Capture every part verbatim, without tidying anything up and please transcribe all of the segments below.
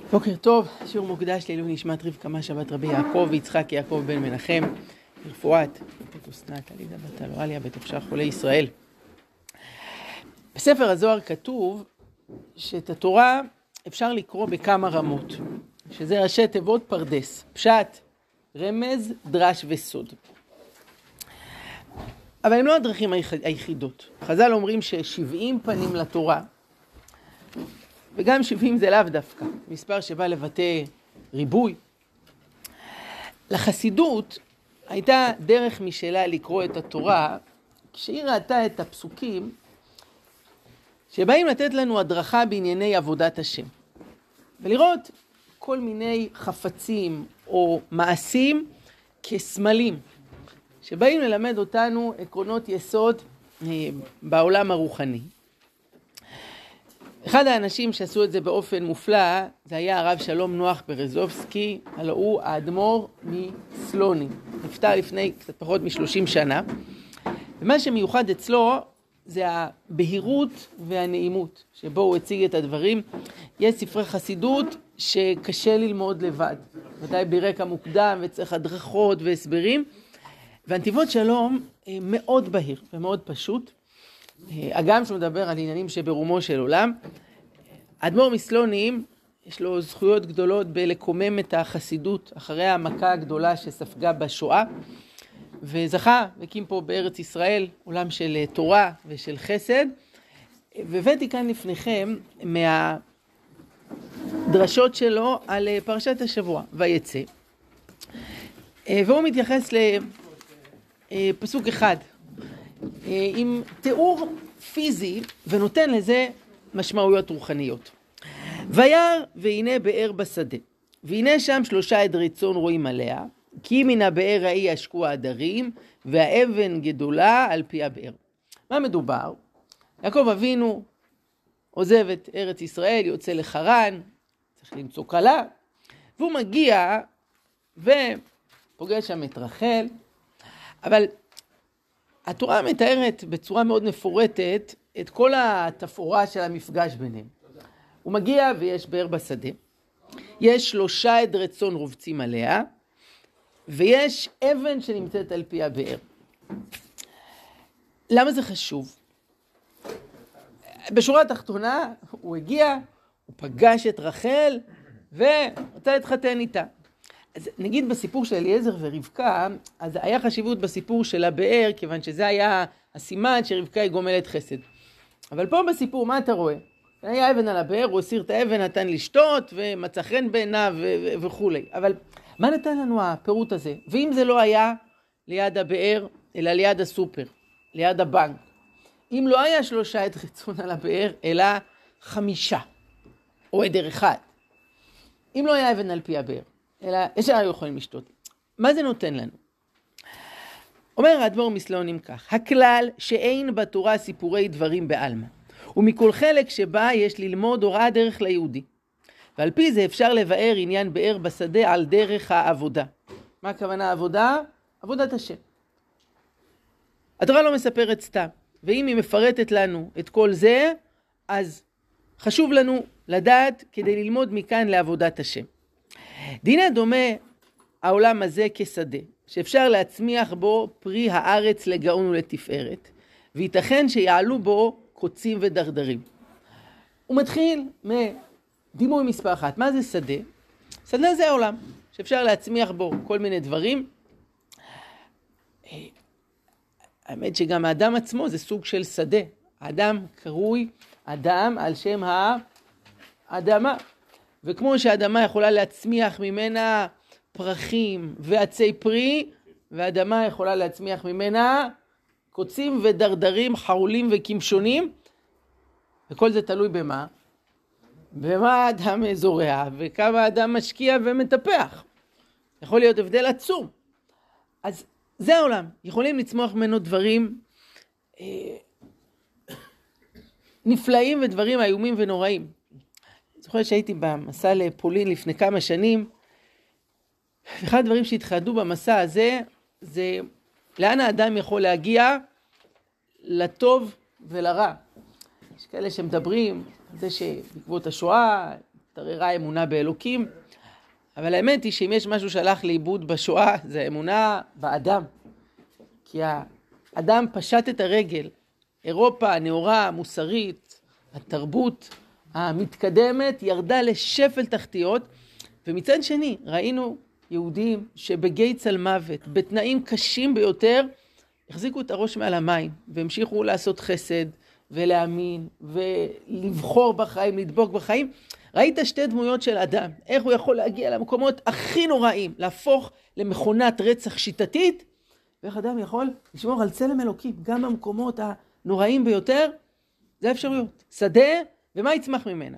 בוקר טוב, שיעור מוקדש לעילוי נשמת רבקה משה בת רבי יעקב ויצחק יעקב בן מנחם, ברפואת בת אסנת עליזה בת אלואליה בתפשע חולי ישראל. בספר הזוהר כתוב שאת התורה אפשר לקרוא בכמה רמות, שזה ראשי תיבות פרדס, פשט, רמז, דרש וסוד. אבל הם לא הדרכים היחידות. חז"ל אומרים ששבעים פנים לתורה, וגם שבעים זה לאו דווקא, מספר שבא לבטא ריבוי. לחסידות הייתה דרך משלה לקרוא את התורה, כשהיא ראתה את הפסוקים שבאים לתת לנו הדרכה בענייני עבודת השם. ולראות כל מיני חפצים או מעשים כסמלים, שבאים ללמד אותנו עקרונות יסוד בעולם הרוחני. אחד האנשים שעשו את זה באופן מופלא, זה היה הרב שלום נוח ברזובסקי, הלא הוא האדמו"ר מסלוני. נפטר לפני קצת פחות משלושים שנה. ומה שמיוחד אצלו זה הבהירות והנעימות, שבו הוא הציג את הדברים. יש ספרי חסידות שקשה ללמוד לבד, ודאי ברקע מוקדם וצריך הדרכות והסברים. והנתיבות שלום מאוד בהיר ומאוד פשוט. אגם שהוא מדבר על עניינים שברומו של עולם. האדמו"ר מסלוני יש לו זכויות גדולות בלקומם את החסידות אחרי המכה הגדולה שספגה בשואה, וזכה והקים פה בארץ ישראל עולם של תורה ושל חסד. והבאתי כאן לפניכם מהדרשות שלו על פרשת השבוע ויצא, והוא מתייחס לפסוק אחד עם תיאור פיזי ונותן לזה משמעויות רוחניות. וירא והנה באר בשדה, והנה שם שלושה עדרי צאן רואים עליה, כי מן הבאר ההיא ישקו העדרים, והאבן גדולה על פי הבאר. מה מדובר? יעקב אבינו עוזב את ארץ ישראל, יוצא לחרן, צריך למצוא כלה, והוא מגיע ופוגש שם את רחל. אבל התורה מתארת בצורה מאוד מפורטת את כל התפאורה של המפגש ביניהם. הוא מגיע ויש באר בשדה, יש שלושה עדרי צאן רובצים עליה, ויש אבן שנמצאת על פי הבאר. למה זה חשוב? בשורה התחתונה הוא הגיע, הוא פגש את רחל ורצה להתחתן איתה. אז נגיד בסיפור של אליעזר ורבקה, אז היה חשיבות בסיפור של הבאר, כיוון שזה היה הסימן שרבקה היא גומלת חסד. אבל פה בסיפור, מה אתה רואה? היה אבן על הבאר, הוא הסיר את האבן, נתן לשתות, ומצא חן בעיניו וכו'. אבל מה נתן לנו הפירוט הזה? ואם זה לא היה ליד הבאר, אלא ליד הסופר, ליד הבנק. אם לא היה שלושה עדרי צאן על הבאר, אלא חמישה, או עדר אחד. אם לא היה אבן על פי הבאר, אלא ישר היו יכולים לשתות. מה זה נותן לנו? אומר האדמו"ר מסלונים כך, הכלל שאין בתורה סיפורי דברים בעלמא, ומכל חלק שבה יש ללמוד הוראה דרך ליהודי. ועל פי זה אפשר לבאר עניין באר בשדה על דרך העבודה. מה הכוונה עבודה? עבודת השם. התורה לא מספרת סתם, ואם היא מפרטת לנו את כל זה, אז חשוב לנו לדעת כדי ללמוד מכאן לעבודת השם. דינה דומה העולם הזה כשדה, שאפשר להצמיח בו פרי הארץ לגאון ולתפארת, וייתכן שיעלו בו קוצים ודרדרים. הוא מתחיל מדימוי מספר אחת. מה זה שדה? שדה זה העולם, שאפשר להצמיח בו כל מיני דברים. האמת שגם האדם עצמו זה סוג של שדה. האדם קרוי אדם על שם האדמה. וכמו שהאדמה יכולה להצמיח ממנה פרחים ועצי פרי, והאדמה יכולה להצמיח ממנה קוצים ודרדרים, חרולים וכמשונים, וכל זה תלוי במה? במה האדם זורע, וכמה האדם משקיע ומטפח. יכול להיות הבדל עצום. אז זה העולם. יכולים לצמוח ממנו דברים אה, נפלאים ודברים איומים ונוראים. אני זוכר שהייתי במסע לפולין לפני כמה שנים, ואחד הדברים שהתחדו במסע הזה, זה לאן האדם יכול להגיע לטוב ולרע. יש כאלה שמדברים על זה שבעקבות השואה השתררה אמונה באלוקים, אבל האמת היא שאם יש משהו שהלך לאיבוד בשואה, זה אמונה באדם. כי האדם פשט את הרגל. אירופה הנאורה, המוסרית, התרבות המתקדמת, ירדה לשפל תחתיות, ומצד שני ראינו יהודים שבגיא צל מוות, בתנאים קשים ביותר, החזיקו את הראש מעל המים, והמשיכו לעשות חסד, ולהאמין, ולבחור בחיים, לדבוק בחיים. ראית שתי דמויות של אדם, איך הוא יכול להגיע למקומות הכי נוראים, להפוך למכונת רצח שיטתית, ואיך אדם יכול לשמור על צלם אלוקים, גם במקומות הנוראים ביותר, זה האפשרויות. שדה, ומה יצמח ממנה?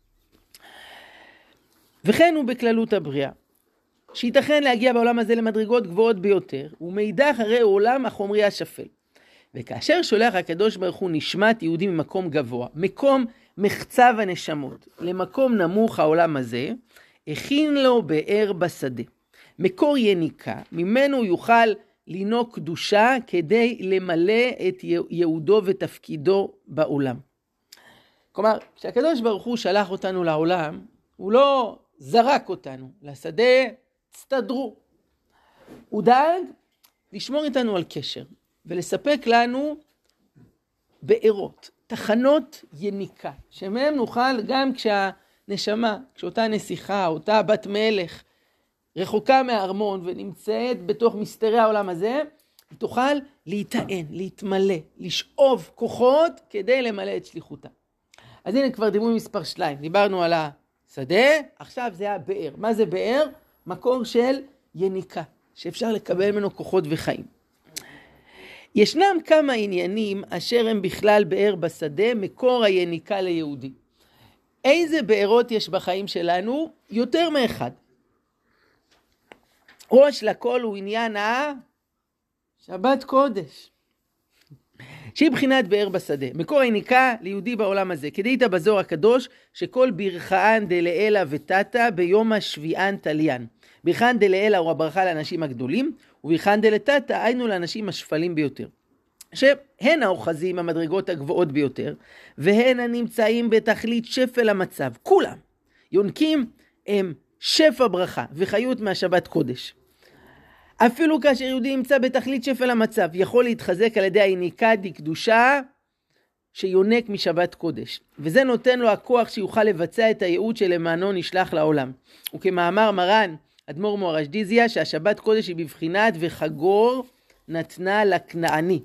וכן הוא בכללות הבריאה, שייתכן להגיע בעולם הזה למדרגות גבוהות ביותר, ומאידך הרי הוא עולם החומרי השפל. וכאשר שולח הקדוש ברוך הוא נשמת יהודי ממקום גבוה, מקום מחצב הנשמות, למקום נמוך העולם הזה, הכין לו באר בשדה. מקור יניקה, ממנו הוא יוכל לינוק קדושה כדי למלא את יהודו ותפקידו בעולם. כלומר, כשהקדוש ברוך הוא שלח אותנו לעולם, הוא לא זרק אותנו לשדה, תסתדרו. הוא דאג לשמור איתנו על קשר, ולספק לנו בארות, תחנות יניקה, שמהם נוכל גם כשהנשמה, כשאותה נסיכה, אותה בת מלך, רחוקה מהארמון ונמצאת בתוך מסתרי העולם הזה, היא תוכל להיטען, להתמלא, לשאוב כוחות כדי למלא את שליחותה. אז הנה כבר דימוי מספר שתיים, דיברנו על השדה, עכשיו זה הבאר. מה זה באר? מקור של יניקה, שאפשר לקבל ממנו כוחות וחיים. ישנם כמה עניינים אשר הם בכלל באר בשדה, מקור היניקה ליהודי. איזה בארות יש בחיים שלנו? יותר מאחד. ראש לכל הוא עניין השבת קודש, שהיא בחינת באר בשדה. מקור היניקה ליהודי בעולם הזה. כדאית בזוהר הקדוש, שכל ברכהן דלעילה ותתא ביום השביען תליין. ברכהן דלעילה הוא הברכה לאנשים הגדולים, וברכהן דלתתא היינו לאנשים השפלים ביותר. שהן האוחזים המדרגות הגבוהות ביותר, והן הנמצאים בתכלית שפל המצב. כולם יונקים הם שפע ברכה וחיות מהשבת קודש. אפילו כאשר יהודי נמצא בתכלית שפל המצב, יכול להתחזק על ידי היניקה דקדושה שיונק משבת קודש. וזה נותן לו הכוח שיוכל לבצע את הייעוד שלמענו נשלח לעולם. וכמאמר מרן אדמו"ר מוהרשדיזיה, שהשבת קודש היא בבחינת וחגור נתנה לכנעני.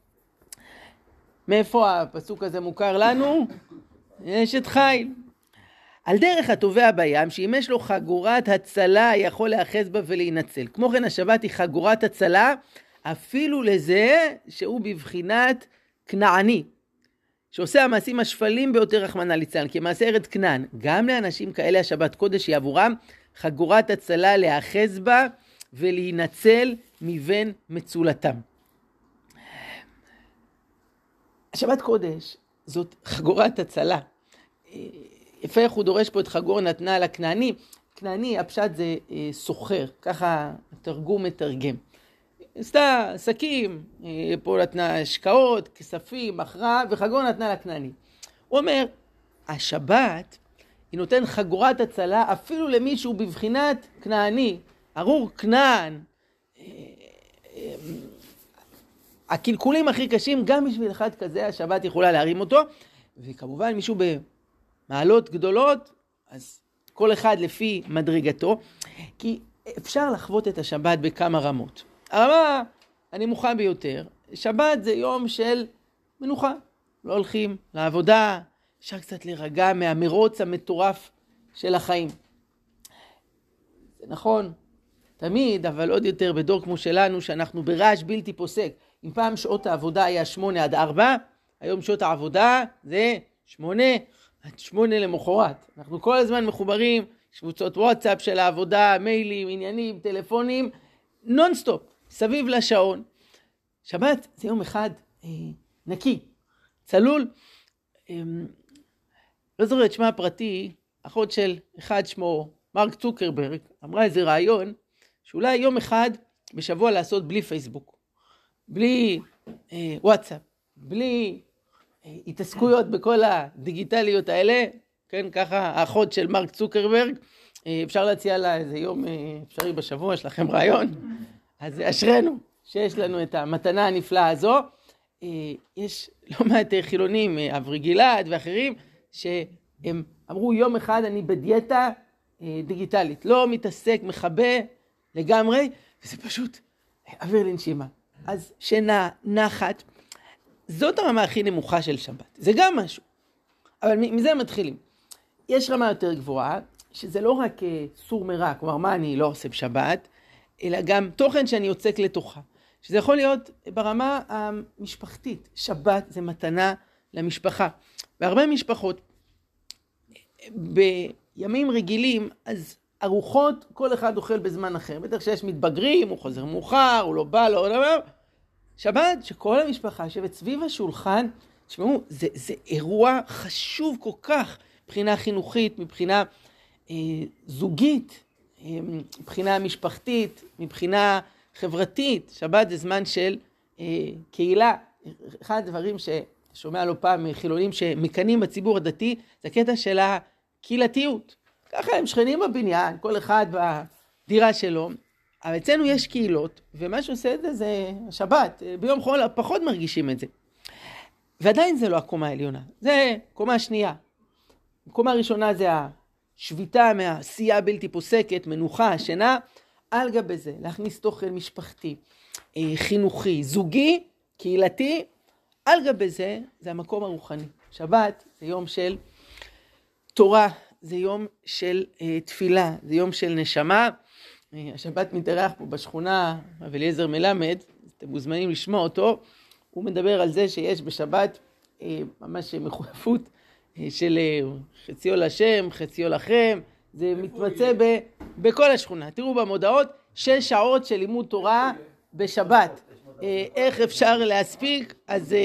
מאיפה הפסוק הזה מוכר לנו? יש את חיל. על דרך הטובע בים, שאם יש לו חגורת הצלה, יכול להאחז בה ולהינצל. כמו כן השבת היא חגורת הצלה, אפילו לזה שהוא בבחינת כנעני, שעושה המעשים השפלים ביותר רחמנא ליצלן, כמעשה ארץ כנען. גם לאנשים כאלה השבת קודש היא עבורם חגורת הצלה להאחז בה ולהינצל מבין מצולתם. השבת קודש זאת חגורת הצלה. יפה איך הוא דורש פה את חגור נתנה לכנעני. כנעני, הפשט זה אה, סוחר, ככה התרגום מתרגם. עשתה עסקים, אה, פה נתנה השקעות, כספים, מכרה, וחגור נתנה לכנעני. הוא אומר, השבת היא נותן חגורת הצלה אפילו למישהו בבחינת כנעני, ארור כנען. אה, אה, הקלקולים הכי קשים, גם בשביל אחד כזה, השבת יכולה להרים אותו, וכמובן מישהו במעלות גדולות, אז כל אחד לפי מדרגתו, כי אפשר לחוות את השבת בכמה רמות. הרמה הנמוכה ביותר, שבת זה יום של מנוחה, לא הולכים לעבודה, אפשר קצת להירגע מהמרוץ המטורף של החיים. זה נכון, תמיד, אבל עוד יותר בדור כמו שלנו, שאנחנו ברעש בלתי פוסק. אם פעם שעות העבודה היה שמונה עד ארבע, היום שעות העבודה זה שמונה עד שמונה למחרת. אנחנו כל הזמן מחוברים, קבוצות וואטסאפ של העבודה, מיילים, עניינים, טלפונים, נונסטופ, סביב לשעון. שבת זה יום אחד אה, נקי, צלול. אה, לא זוכר את שמה הפרטי, אחות של אחד שמו מרק צוקרברג, אמרה איזה רעיון, שאולי יום אחד בשבוע לעשות בלי פייסבוק, בלי אה, וואטסאפ, בלי אה, התעסקויות בכל הדיגיטליות האלה, כן, ככה האחות של מרק צוקרברג, אפשר להציע לה איזה יום אפשרי בשבוע, יש לכם רעיון? אז אשרנו שיש לנו את המתנה הנפלאה הזו. יש לא מעט חילונים, אברי גלעד ואחרים, שהם אמרו יום אחד אני בדיאטה דיגיטלית, לא מתעסק, מחבא לגמרי, וזה פשוט אוויר לנשימה. אז שינה, נחת, זאת הרמה הכי נמוכה של שבת. זה גם משהו. אבל מזה מתחילים. יש רמה יותר גבוהה, שזה לא רק סור מרע, כלומר מה אני לא עושה בשבת, אלא גם תוכן שאני יוצק לתוכה. שזה יכול להיות ברמה המשפחתית. שבת זה מתנה למשפחה. והרבה משפחות, בימים רגילים, אז ארוחות, כל אחד אוכל בזמן אחר. בטח שיש מתבגרים, הוא חוזר מאוחר, הוא לא בא, לא דבר. שבת, שכל המשפחה יושבת סביב השולחן, תשמעו, זה, זה אירוע חשוב כל כך, מבחינה חינוכית, מבחינה אה, זוגית, אה, מבחינה משפחתית, מבחינה חברתית. שבת זה זמן של אה, קהילה. אחד הדברים ששומע לא פעם חילונים שמקנים בציבור הדתי, זה הקטע של הקהילתיות. ככה הם שכנים בבניין, כל אחד בדירה שלו. אבל אצלנו יש קהילות, ומה שעושה את זה זה השבת. ביום חול פחות מרגישים את זה. ועדיין זה לא הקומה העליונה, זה קומה שנייה. הקומה הראשונה זה השביתה מהעשייה בלתי פוסקת, מנוחה, שינה. על גבי זה, להכניס תוכן משפחתי, חינוכי, זוגי, קהילתי. על גבי זה, זה המקום הרוחני. שבת זה יום של תורה, זה יום של תפילה, זה יום של נשמה. השבת מתארח פה בשכונה, אליעזר מלמד, אתם מוזמנים לשמוע אותו. הוא מדבר על זה שיש בשבת ממש מחויבות של חציו לשם, חציו לכם. זה מתמצא ב, בכל השכונה. תראו במודעות, שש שעות של לימוד תורה בשבת. איך אפשר להספיק? אז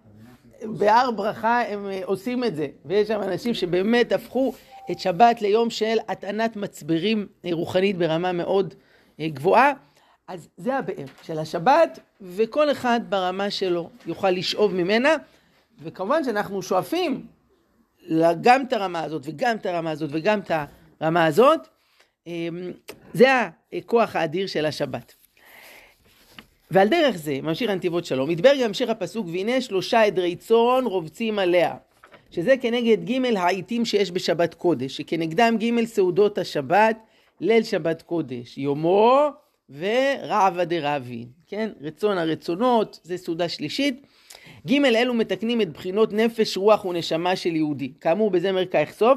בהר ברכה הם עושים את זה. ויש שם אנשים שבאמת הפכו את שבת ליום של הטענת מצברים רוחנית ברמה מאוד גבוהה. אז זה הבאר של השבת, וכל אחד ברמה שלו יוכל לשאוב ממנה. וכמובן שאנחנו שואפים גם את הרמה הזאת, וגם את הרמה הזאת, וגם את הרמה הזאת. זה הכוח האדיר של השבת. ועל דרך זה, ממשיך הנתיבות שלום, מדבר גם המשך הפסוק, והנה שלושה עדרי צאן רובצים עליה. שזה כנגד ג' העיתים שיש בשבת קודש, שכנגדם ג' סעודות השבת, ליל שבת קודש, יומו ורעבה דרבין. כן? רצון הרצונות, זה סעודה שלישית. ג' אלו מתקנים את בחינות נפש, רוח ונשמה של יהודי. כאמור בזמר כיחסוף,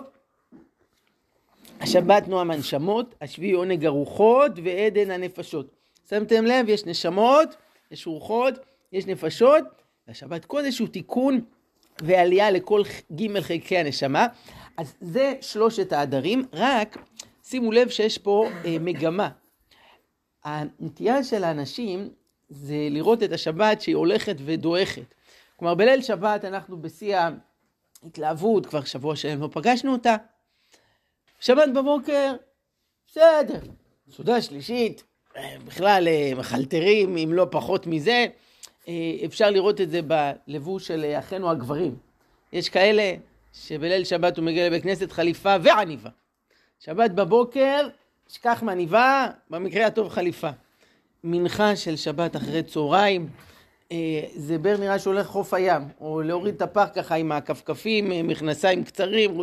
השבת נועם הנשמות, השביעי עונג הרוחות ועדן הנפשות. שמתם לב, יש נשמות, יש רוחות, יש נפשות, והשבת קודש הוא תיקון ועלייה לכל ג' חלקי הנשמה. אז זה שלושת העדרים, רק שימו לב שיש פה אה, מגמה. הנטייה של האנשים זה לראות את השבת שהיא הולכת ודועכת. כלומר, בליל שבת אנחנו בשיא ההתלהבות, כבר שבוע שלם לא פגשנו אותה. שבת בבוקר, בסדר, סעודה שלישית, בכלל מחלטרים, אם לא פחות מזה. אפשר לראות את זה בלבוש של אחינו הגברים. יש כאלה שבליל שבת הוא מגיע לבית כנסת חליפה ועניבה. שבת בבוקר, שכח מעניבה, במקרה הטוב חליפה. מנחה של שבת אחרי צהריים, זה בר נראה שהולך חוף הים, או להוריד את הפח ככה עם הכפכפים, מכנסיים קצרים,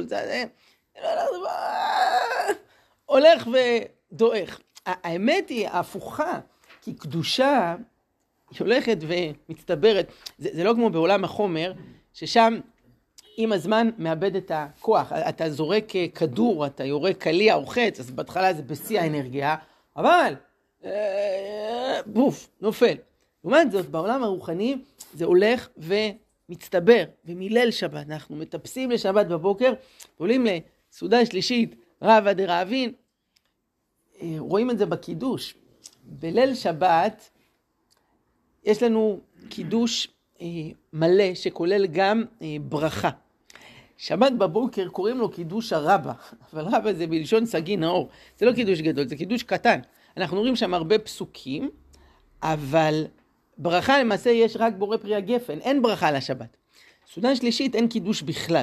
הולך ודועך. האמת היא ההפוכה, כי קדושה היא הולכת ומצטברת. זה, זה לא כמו בעולם החומר, ששם עם הזמן מאבד את הכוח. אתה זורק כדור, אתה יורק קליע או חץ, אז בהתחלה זה בשיא האנרגיה, אבל אה, בוף, נופל. לעומת זאת, בעולם הרוחני זה הולך ומצטבר. ומליל שבת, אנחנו מטפסים לשבת בבוקר, עולים לסעודה שלישית, רעבה דרבין. רואים את זה בקידוש. בליל שבת יש לנו קידוש אה, מלא שכולל גם אה, ברכה. שבת בבוקר קוראים לו קידוש הרבה, אבל רבה זה בלשון סגי נאור. זה לא קידוש גדול, זה קידוש קטן. אנחנו רואים שם הרבה פסוקים, אבל ברכה למעשה יש רק בורא פרי הגפן, אין ברכה לשבת. סעודה שלישית אין קידוש בכלל.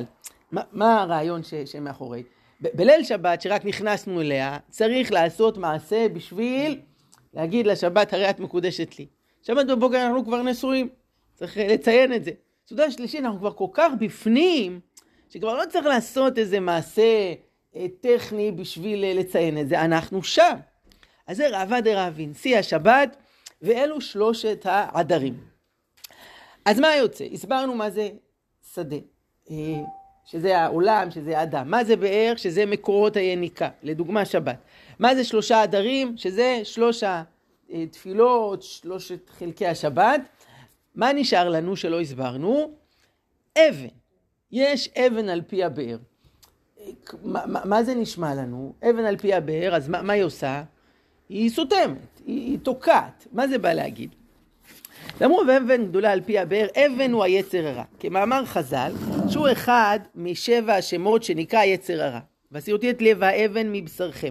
מה, מה הרעיון ש, שמאחורי? ב- בליל שבת שרק נכנסנו אליה, צריך לעשות מעשה בשביל להגיד לשבת, הרי את מקודשת לי. שבת בבוקר אנחנו כבר נשואים, צריך לציין את זה. סעודה שלישית אנחנו כבר כל כך בפנים, שכבר לא צריך לעשות איזה מעשה אה, טכני בשביל אה, לציין את זה, אנחנו שם. אז זה ראווה דרעבין, שיא השבת, ואלו שלושת העדרים. אז מה יוצא? הסברנו מה זה שדה, אה, שזה העולם, שזה האדם. מה זה באר? שזה מקורות היניקה, לדוגמה שבת. מה זה שלושה עדרים? שזה שלוש התפילות, שלושת חלקי השבת. מה נשאר לנו שלא הסברנו? אבן. יש אבן על פי הבאר. מה, מה, מה זה נשמע לנו? אבן על פי הבאר, אז מה, מה היא עושה? היא סותמת, היא, היא תוקעת. מה זה בא להגיד? אמרו, ואבן גדולה על פי הבאר, אבן הוא היצר הרע. כמאמר חז"ל, שהוא אחד משבע השמות שנקרא יצר הרע. ועשיתי את לב האבן מבשרכם.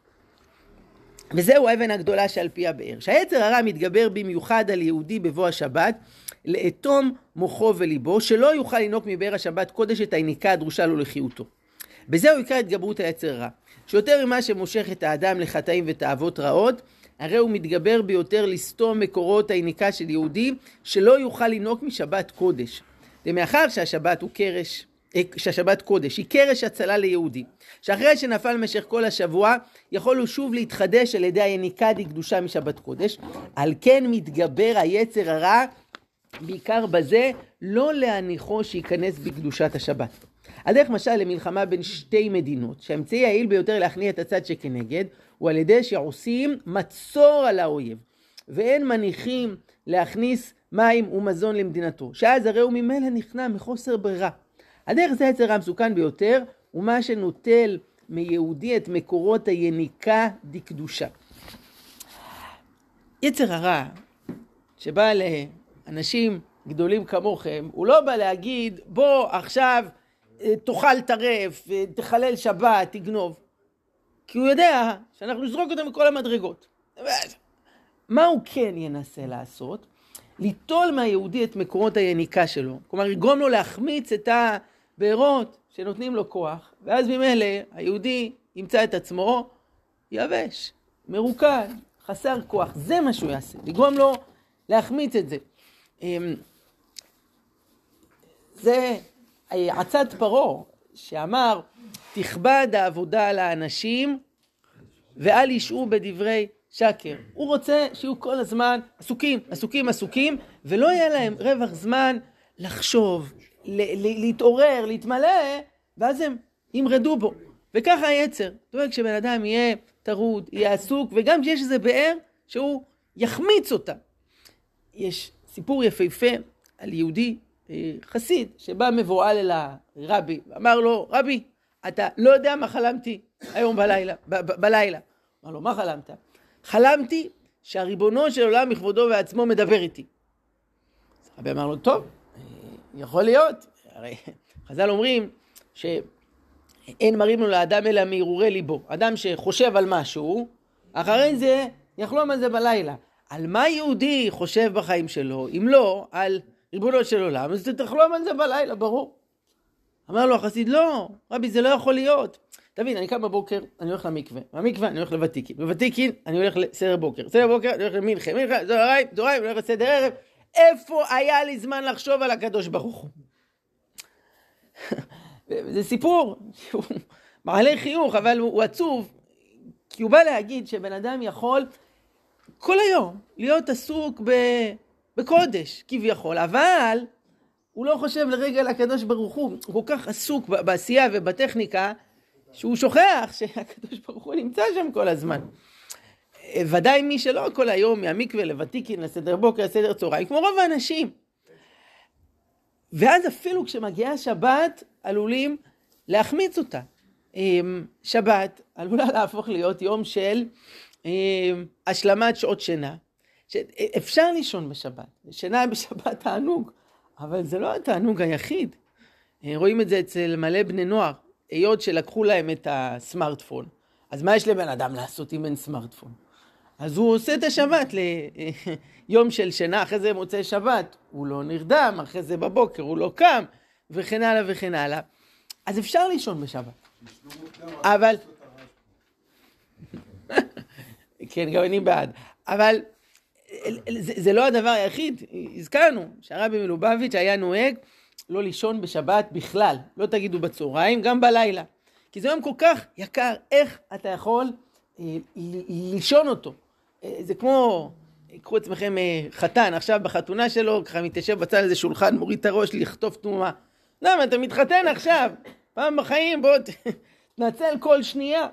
וזהו האבן הגדולה שעל פי הבאר. שהיצר הרע מתגבר במיוחד על יהודי בבוא השבת, לאטום מוחו וליבו, שלא יוכל לנוק מבאר השבת קודש את היניקה הדרושה לו לחיותו. בזהו עיקר התגברות היצר הרע. שיותר ממה שמושך את האדם לחטאים ותאוות רעות, הרי הוא מתגבר ביותר לסתום מקורות היניקה של יהודי, שלא יוכל לנוק משבת קודש. ומאחר שהשבת הוא קרש, שהשבת קודש היא קרש הצלה ליהודי, שאחרי שנפל משך כל השבוע, יכול הוא שוב להתחדש על ידי היניקה דקדושה משבת קודש, על כן מתגבר היצר הרע, בעיקר בזה, לא להניחו שייכנס בקדושת השבת. על דרך משל למלחמה בין שתי מדינות, שהאמצעי היעיל ביותר להכניע את הצד שכנגד, הוא על ידי שעושים מצור על האויב, ואין מניחים להכניס מים ומזון למדינתו, שאז הרי הוא ממילא נכנע מחוסר ברירה. הדרך זה היצר המסוכן ביותר, הוא מה שנוטל מיהודי את מקורות היניקה דקדושה. יצר הרע, שבא לאנשים גדולים כמוכם, הוא לא בא להגיד, בוא עכשיו תאכל טרף, תחלל שבת, תגנוב. כי הוא יודע שאנחנו נזרוק אותם מכל המדרגות. מה הוא כן ינסה לעשות? ליטול מהיהודי את מקורות היניקה שלו. כלומר, יגרום לו להחמיץ את הבארות שנותנים לו כוח, ואז ממילא היהודי ימצא את עצמו יבש, מרוקד, חסר כוח. זה מה שהוא יעשה, לגרום לו להחמיץ את זה. זה עצת פרעה שאמר, תכבד העבודה על האנשים ואל ישעו בדברי שקר. הוא רוצה שיהיו כל הזמן עסוקים, עסוקים, עסוקים, ולא יהיה להם רווח זמן לחשוב, להתעורר, להתמלא, ואז הם ימרדו בו. וככה היצר. זאת אומרת, כשבן אדם יהיה טרוד, יהיה עסוק, וגם כשיש איזה באר, שהוא יחמיץ אותה. יש סיפור יפהפה על יהודי חסיד, שבא מבועל אל הרבי, ואמר לו, רבי, אתה לא יודע מה חלמתי היום בלילה, ב- ב- בלילה. אמר לו, מה חלמת? חלמתי שהריבונו של עולם מכבודו ועצמו מדבר איתי. אז הרבי אמר לו, טוב, יכול להיות. הרי חז"ל אומרים שאין מראים לו לאדם אלא מהרהורי ליבו. אדם שחושב על משהו, אחרי זה יחלום על זה בלילה. על מה יהודי חושב בחיים שלו? אם לא, על ריבונו של עולם, אז תחלום על זה בלילה, ברור. אמר לו החסיד, לא, רבי, זה לא יכול להיות. תבין, אני קם בבוקר, אני הולך למקווה. במקווה אני הולך לוותיקין. בוותיקין אני הולך לסדר בוקר. סדר בוקר אני הולך למנחה. מנחה, זוהריים, זוהריים, אני הולך לסדר ערב. איפה היה לי זמן לחשוב על הקדוש ברוך הוא? זה סיפור שהוא מעלה חיוך, אבל הוא עצוב, כי הוא בא להגיד שבן אדם יכול כל היום להיות עסוק ב... בקודש, כביכול, אבל הוא לא חושב לרגע על הקדוש ברוך הוא. הוא כל כך עסוק בעשייה ובטכניקה, שהוא שוכח שהקדוש ברוך הוא נמצא שם כל הזמן. ודאי מי שלא כל היום מהמקווה לוותיקין, לסדר בוקר, לסדר צהריים, כמו רוב האנשים. ואז אפילו כשמגיעה השבת, עלולים להחמיץ אותה. שבת עלולה להפוך להיות יום של השלמת שעות שינה. אפשר לישון בשבת, שינה בשבת תענוג, אבל זה לא התענוג היחיד. רואים את זה אצל מלא בני נוער, היות שלקחו להם את הסמארטפון. אז מה יש לבן אדם לעשות אם אין סמארטפון? אז הוא עושה את השבת ליום של שינה, אחרי זה מוצא שבת, הוא לא נרדם, אחרי זה בבוקר הוא לא קם, וכן הלאה וכן הלאה. אז אפשר לישון בשבת. אבל... כן, גם אני בעד. אבל זה, זה לא הדבר היחיד. הזכרנו שהרבי מלובביץ' היה נוהג לא לישון בשבת בכלל. לא תגידו בצהריים, גם בלילה. כי זה יום כל כך יקר. איך אתה יכול אה, לישון אותו? אה, זה כמו... קחו עצמכם חתן, עכשיו בחתונה שלו, ככה מתיישב בצד איזה שולחן, מוריד את הראש לכתוב תנומה. למה, אתה מתחתן עכשיו, פעם בחיים, בוא תנצל כל שנייה.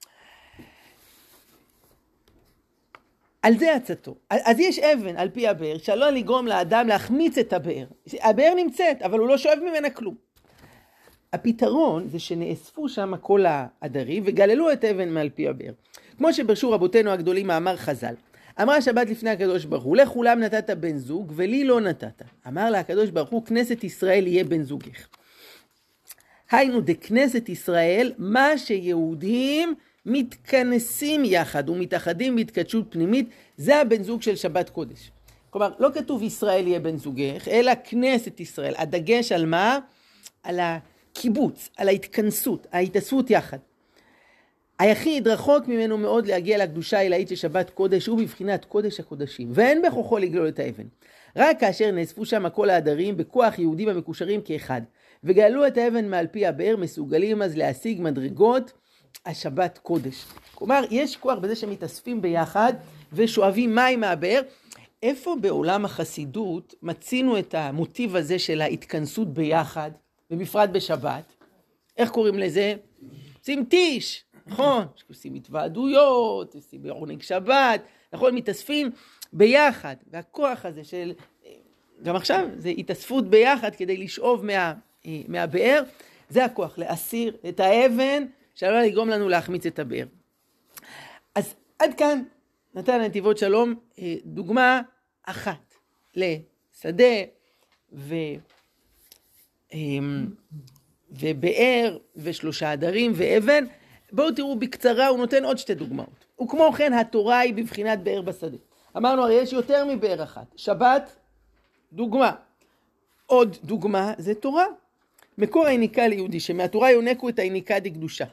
על זה עצתו. אז יש אבן על פי הבאר, שלא לגרום לאדם להחמיץ את הבאר. הבאר נמצאת, אבל הוא לא שואב ממנה כלום. הפתרון זה שנאספו שם כל העדרים, וגללו את אבן מעל פי הבאר. כמו שברשו רבותינו הגדולים מאמר חז"ל. אמרה שבת לפני הקדוש ברוך הוא, לכולם נתת בן זוג ולי לא נתת. אמר לה הקדוש ברוך הוא, כנסת ישראל יהיה בן זוגך. היינו דכנסת ישראל, מה שיהודים מתכנסים יחד ומתאחדים בהתקדשות פנימית, זה הבן זוג של שבת קודש. כלומר, לא כתוב ישראל יהיה בן זוגך, אלא כנסת ישראל. הדגש על מה? על הקיבוץ, על ההתכנסות, ההתאספות יחד. היחיד רחוק ממנו מאוד להגיע לקדושה העילאית של שבת קודש, הוא בבחינת קודש הקודשים, ואין בכוחו לגלול את האבן. רק כאשר נאספו שם כל העדרים בכוח יהודים המקושרים כאחד, וגללו את האבן מעל פי הבאר, מסוגלים אז להשיג מדרגות השבת קודש. כלומר, יש כוח בזה שמתאספים ביחד ושואבים מים מהבאר. איפה בעולם החסידות מצינו את המוטיב הזה של ההתכנסות ביחד, ובפרט בשבת? איך קוראים לזה? עושים טיש. נכון, עושים התוועדויות, עושים בעונג שבת, נכון, מתאספים ביחד, והכוח הזה של, גם עכשיו, זה התאספות ביחד כדי לשאוב מה, מהבאר, זה הכוח, להסיר את האבן, שלא לגרום לנו להחמיץ את הבאר. אז עד כאן נתן נתיבות שלום דוגמה אחת לשדה ו... ובאר ושלושה עדרים ואבן. בואו תראו בקצרה, הוא נותן עוד שתי דוגמאות. וכמו כן, התורה היא בבחינת באר בשדה. אמרנו, הרי יש יותר מבאר אחת. שבת, דוגמה. עוד דוגמה, זה תורה. מקור היניקה ליהודי, שמהתורה יונקו את היניקה דקדושה.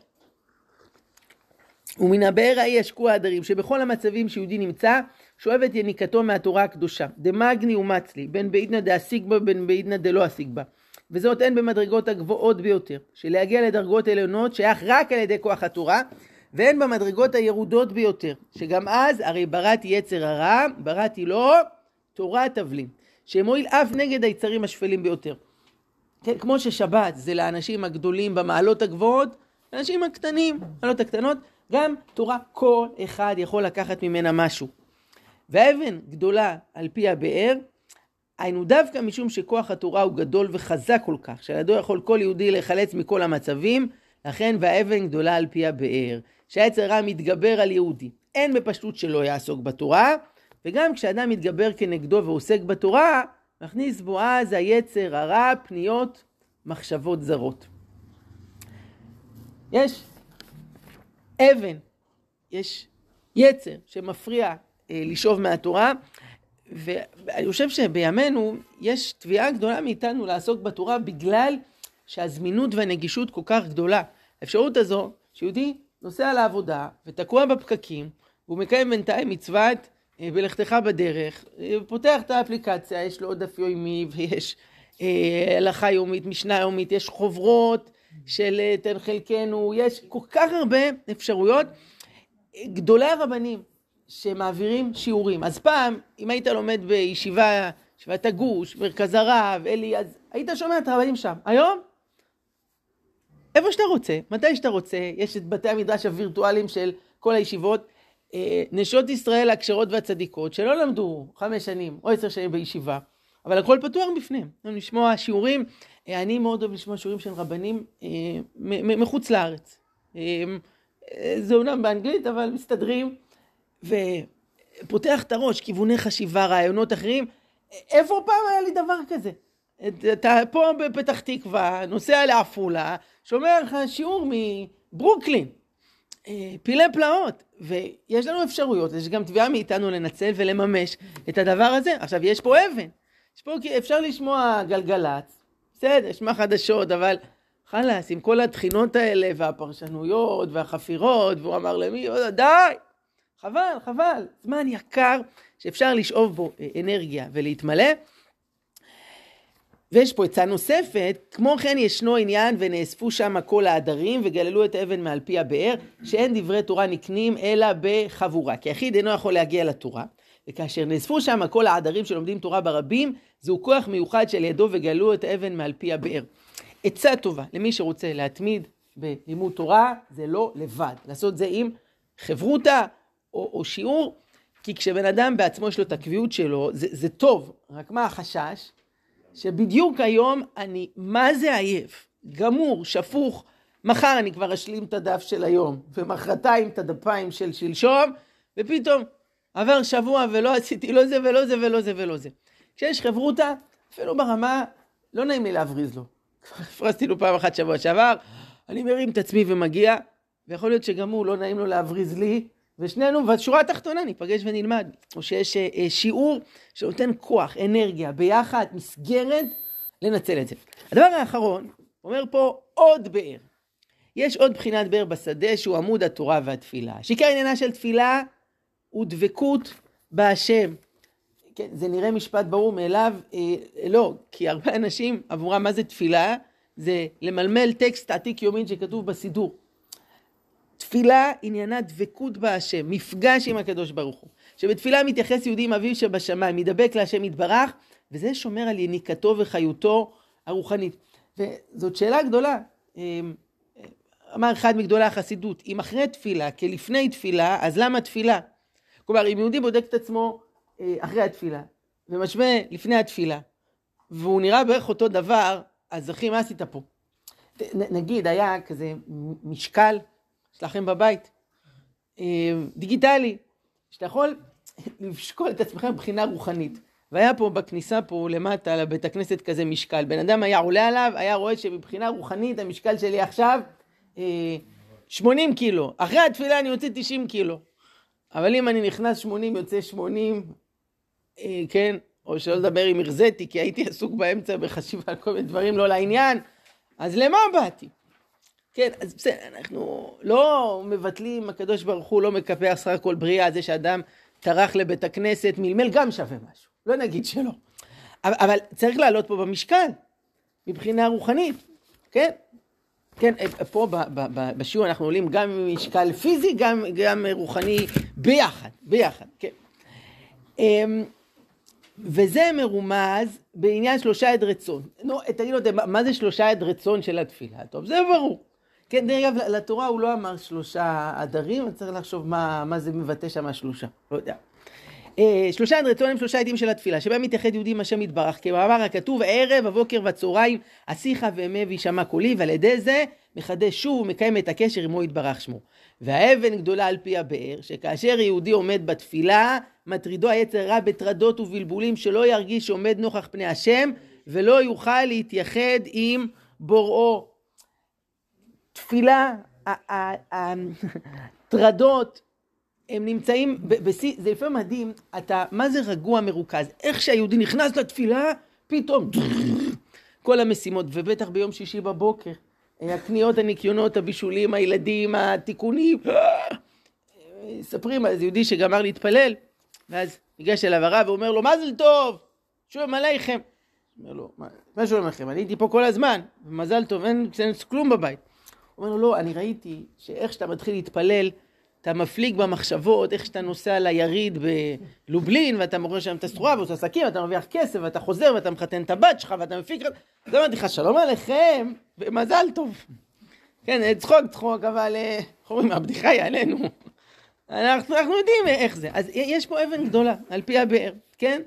ומן הבאר ההיא ישקו העדרים, שבכל המצבים שיהודי נמצא, שואב את יניקתו מהתורה הקדושה. דמגני ומצלי, בין בעידנא דאסיג בה, בין בעידנא דלא אסיג בה. וזאת אין במדרגות הגבוהות ביותר, שלהגיע לדרגות עליונות שייך רק על ידי כוח התורה, ואין במדרגות הירודות ביותר, שגם אז הרי בראתי יצר הרע, בראתי לו תורה תבלין, שמועיל אף נגד היצרים השפלים ביותר. כן, כמו ששבת זה לאנשים הגדולים במעלות הגבוהות, לאנשים הקטנים, מעלות הקטנות, גם תורה כל אחד יכול לקחת ממנה משהו. והאבן גדולה על פי הבאר, היינו דווקא משום שכוח התורה הוא גדול וחזק כל כך, שידו יכול כל יהודי לחלץ מכל המצבים, לכן והאבן גדולה על פי הבאר, שהיצר הרע מתגבר על יהודי. אין בפשטות שלא יעסוק בתורה, וגם כשאדם מתגבר כנגדו ועוסק בתורה, מכניס בו אז היצר הרע פניות מחשבות זרות. יש אבן, יש יצר שמפריע אה, לשאוב מהתורה, ואני חושב שבימינו יש תביעה גדולה מאיתנו לעסוק בתורה בגלל שהזמינות והנגישות כל כך גדולה. האפשרות הזו שיהודי נוסע לעבודה ותקוע בפקקים, והוא מקיים בינתיים מצוות בלכתך בדרך, פותח את האפליקציה, יש לו עוד דף יומי ויש אה, הלכה יומית, משנה יומית, יש חוברות של תן חלקנו, יש כל כך הרבה אפשרויות. גדולי הרבנים שמעבירים שיעורים. אז פעם, אם היית לומד בישיבה, ישיבת הגוש, מרכז הרב, אלי, אז היית שומע את הרבנים שם. היום, איפה שאתה רוצה, מתי שאתה רוצה, יש את בתי המדרש הווירטואליים של כל הישיבות, נשות ישראל הכשרות והצדיקות, שלא למדו חמש שנים או עשר שנים בישיבה, אבל הכל פתוח בפניהם. לשמוע שיעורים, אני מאוד אוהב לשמוע שיעורים של רבנים מחוץ לארץ. זה אומנם באנגלית, אבל מסתדרים, ופותח את הראש, כיווני חשיבה, רעיונות אחרים. איפה פעם היה לי דבר כזה? אתה פה בפתח תקווה, נוסע לעפולה, שומע לך שיעור מברוקלין, פילי פלאות, ויש לנו אפשרויות, יש גם תביעה מאיתנו לנצל ולממש את הדבר הזה. עכשיו, יש פה אבן, יש פה, אפשר לשמוע גלגלץ, בסדר, יש מה חדשות, אבל חלס, עם כל התחינות האלה והפרשנויות והחפירות, והוא אמר למי, די, חבל, חבל, זמן יקר שאפשר לשאוב בו אנרגיה ולהתמלא. ויש פה עצה נוספת, כמו כן ישנו עניין ונאספו שם כל העדרים וגללו את האבן מעל פי הבאר, שאין דברי תורה נקנים אלא בחבורה, כי היחיד אינו יכול להגיע לתורה, וכאשר נאספו שם כל העדרים שלומדים תורה ברבים, זהו כוח מיוחד של ידו וגללו את האבן מעל פי הבאר. עצה טובה למי שרוצה להתמיד בלימוד תורה, זה לא לבד, לעשות זה עם חברותה או, או שיעור, כי כשבן אדם בעצמו יש לו את הקביעות שלו, זה, זה טוב, רק מה החשש? שבדיוק היום אני, מה זה עייף? גמור, שפוך, מחר אני כבר אשלים את הדף של היום, ומחרתיים את הדפיים של שלשום, ופתאום עבר שבוע ולא עשיתי לא זה ולא זה ולא זה ולא זה. כשיש חברותה, אפילו ברמה, לא נעים לי להבריז לו. כבר הפרסתי לו פעם אחת שבוע שעבר, אני מרים את עצמי ומגיע, ויכול להיות שגם הוא לא נעים לו להבריז לי, ושנינו, בשורה התחתונה ניפגש ונלמד. או שיש שיעור שנותן כוח, אנרגיה, ביחד, מסגרת, לנצל את זה. הדבר האחרון, אומר פה עוד באר. יש עוד בחינת באר בשדה שהוא עמוד התורה והתפילה. שעיקר עניינה של תפילה הוא דבקות בהשם. כן, זה נראה משפט ברור מאליו, אה, לא, כי הרבה אנשים עבורם מה זה תפילה? זה למלמל טקסט עתיק יומין שכתוב בסידור. תפילה עניינה דבקות בהשם, מפגש עם הקדוש ברוך הוא. שבתפילה מתייחס יהודי עם אביו שבשמיים, מדבק להשם יתברך, וזה שומר על יניקתו וחיותו הרוחנית. וזאת שאלה גדולה. אמר אחד מגדולי החסידות, אם אחרי תפילה, כלפני תפילה, אז למה תפילה? כלומר, אם יהודי בודק את עצמו אחרי התפילה, ומשווה לפני התפילה, והוא נראה בערך אותו דבר, אז אחי, מה עשית פה? נגיד, היה כזה משקל, שלכם בבית, דיגיטלי, שאתה יכול לשקול את עצמכם מבחינה רוחנית. והיה פה בכניסה פה למטה לבית הכנסת כזה משקל. בן אדם היה עולה עליו, היה רואה שמבחינה רוחנית המשקל שלי עכשיו שמונים קילו. אחרי התפילה אני יוצא תשעים קילו. אבל אם אני נכנס שמונים יוצא שמונים, כן, או שלא לדבר עם הרזיתי, כי הייתי עסוק באמצע בחשיבה על כל מיני דברים לא לעניין, אז למה באתי? כן, אז בסדר, אנחנו לא מבטלים, הקדוש ברוך הוא לא מקפח שכר כל בריאה, זה שאדם טרח לבית הכנסת, מלמל גם שווה משהו, לא נגיד שלא. אבל, אבל צריך לעלות פה במשקל, מבחינה רוחנית, כן? כן, פה ב, ב, ב, בשיעור אנחנו עולים גם במשקל פיזי, גם, גם רוחני ביחד, ביחד, כן. וזה מרומז בעניין שלושה עד רצון. נו, תגידו, מה זה שלושה עד רצון של התפילה? טוב, זה ברור. כן, דרך אגב, לתורה הוא לא אמר שלושה עדרים, אני צריך לחשוב מה, מה זה מבטא שם שלושה, לא יודע. שלושה עד רצון הם שלושה עדים של התפילה, שבהם מתייחד יהודי עם השם יתברך, כמאמר הכתוב, ערב, הבוקר והצהריים, אשיחה ואמה וישמע קולי, ועל ידי זה מחדש שוב ומקיים את הקשר עמו יתברך שמו. והאבן גדולה על פי הבאר, שכאשר יהודי עומד בתפילה, מטרידו היצר רע בטרדות ובלבולים, שלא ירגיש שעומד נוכח פני השם, ולא יוכל להתייחד עם בוראו. תפילה, הטרדות, הם נמצאים, בשיא, זה לפעמים מדהים, אתה, מה זה רגוע מרוכז? איך שהיהודי נכנס לתפילה, פתאום, כל המשימות, ובטח ביום שישי בבוקר, הקניות, הניקיונות, הבישולים, הילדים, התיקונים, ספרים על איזה יהודי שגמר להתפלל, ואז ניגש אליו הרב ואומר לו, מזל טוב, שולם עליכם. אומר לו, מה שולם עליכם? אני הייתי פה כל הזמן, ומזל טוב, אין כלום בבית. הוא אומר לו, לא, אני ראיתי שאיך שאתה מתחיל להתפלל, אתה מפליג במחשבות, איך שאתה נוסע ליריד בלובלין, ואתה מוכר שם את הסחורה, ועושה עסקים, ואתה מרוויח כסף, ואתה חוזר, ואתה מחתן את הבת שלך, ואתה מפיק... אז אמרתי לך, שלום עליכם, ומזל טוב. כן, צחוק, צחוק, אבל חורים, הבדיחה היא עלינו. אנחנו, אנחנו יודעים איך זה. אז יש פה אבן גדולה, על פי הבאר, כן?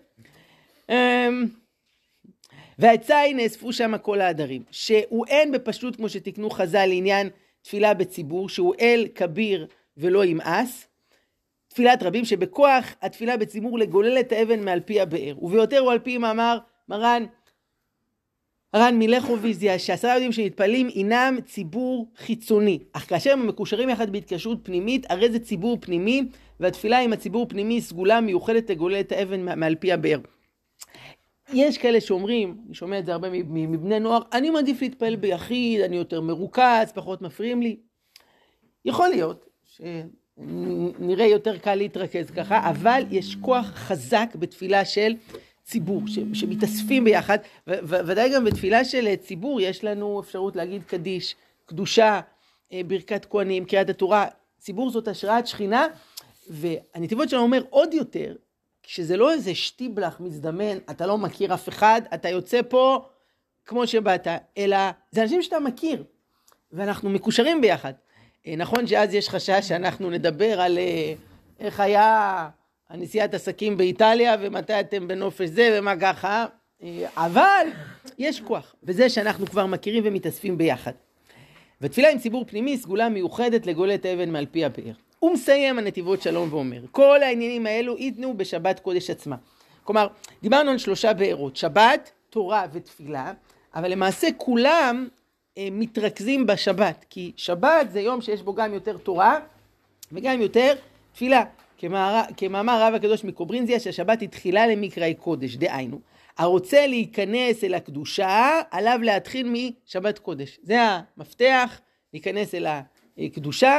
והעצה היא נאספו שם כל העדרים, שהוא אין בפשטות, כמו שתקנו חז"ל לעניין תפילה בציבור, שהוא אל כביר ולא ימאס, תפילת רבים שבכוח התפילה בציבור לגולל את האבן מעל פי הבאר, וביותר הוא על פי מאמר מרן, מרן מלכוביזיה, שעשרה יהודים שמתפללים אינם ציבור חיצוני, אך כאשר הם מקושרים יחד בהתקשרות פנימית, הרי זה ציבור פנימי, והתפילה עם הציבור פנימי סגולה מיוחדת לגולל את האבן מעל פי הבאר. יש כאלה שאומרים, אני שומע את זה הרבה מבני נוער, אני מעדיף להתפעל ביחיד, אני יותר מרוכז, פחות מפריעים לי. יכול להיות שנראה יותר קל להתרכז ככה, אבל יש כוח חזק בתפילה של ציבור, ש- שמתאספים ביחד, ו- ודאי גם בתפילה של ציבור יש לנו אפשרות להגיד קדיש, קדושה, ברכת כהנים, קריאת התורה. ציבור זאת השראת שכינה, והנתיבות שלנו אומר עוד יותר, שזה לא איזה שטיבלח מזדמן, אתה לא מכיר אף אחד, אתה יוצא פה כמו שבאת, אלא זה אנשים שאתה מכיר, ואנחנו מקושרים ביחד. נכון שאז יש חשש שאנחנו נדבר על איך היה הנסיעת עסקים באיטליה, ומתי אתם בנופש זה ומה ככה, אבל יש כוח, וזה שאנחנו כבר מכירים ומתאספים ביחד. ותפילה עם ציבור פנימי, סגולה מיוחדת לגולת אבן מעל פי הבאר. הוא מסיים הנתיבות שלום ואומר, כל העניינים האלו ייתנו בשבת קודש עצמה. כלומר, דיברנו על שלושה בארות, שבת, תורה ותפילה, אבל למעשה כולם אה, מתרכזים בשבת, כי שבת זה יום שיש בו גם יותר תורה, וגם יותר תפילה. כמאמר, כמאמר רב הקדוש מקוברינזיה, שהשבת היא תחילה למקראי קודש, דהיינו. הרוצה להיכנס אל הקדושה, עליו להתחיל משבת קודש. זה המפתח, להיכנס אל הקדושה.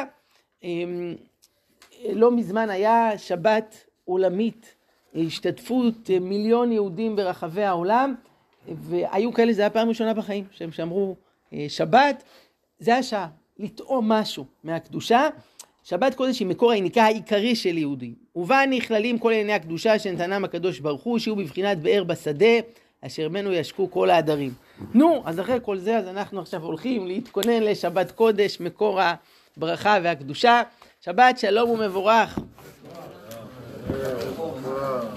לא מזמן היה שבת עולמית, השתתפות מיליון יהודים ברחבי העולם, והיו כאלה, זה היה פעם ראשונה בחיים, שהם שאמרו שבת, זה השעה, לטעום משהו מהקדושה. שבת קודש היא מקור היניקה העיקרי של יהודים. ובה נכללים כל ענייני הקדושה שנתנם הקדוש ברוך הוא, שיהיו בבחינת באר בשדה, אשר ממנו ישקו כל העדרים. נו, אז אחרי כל זה, אז אנחנו עכשיו הולכים להתכונן לשבת קודש, מקור הברכה והקדושה. שבת שלום ומבורך.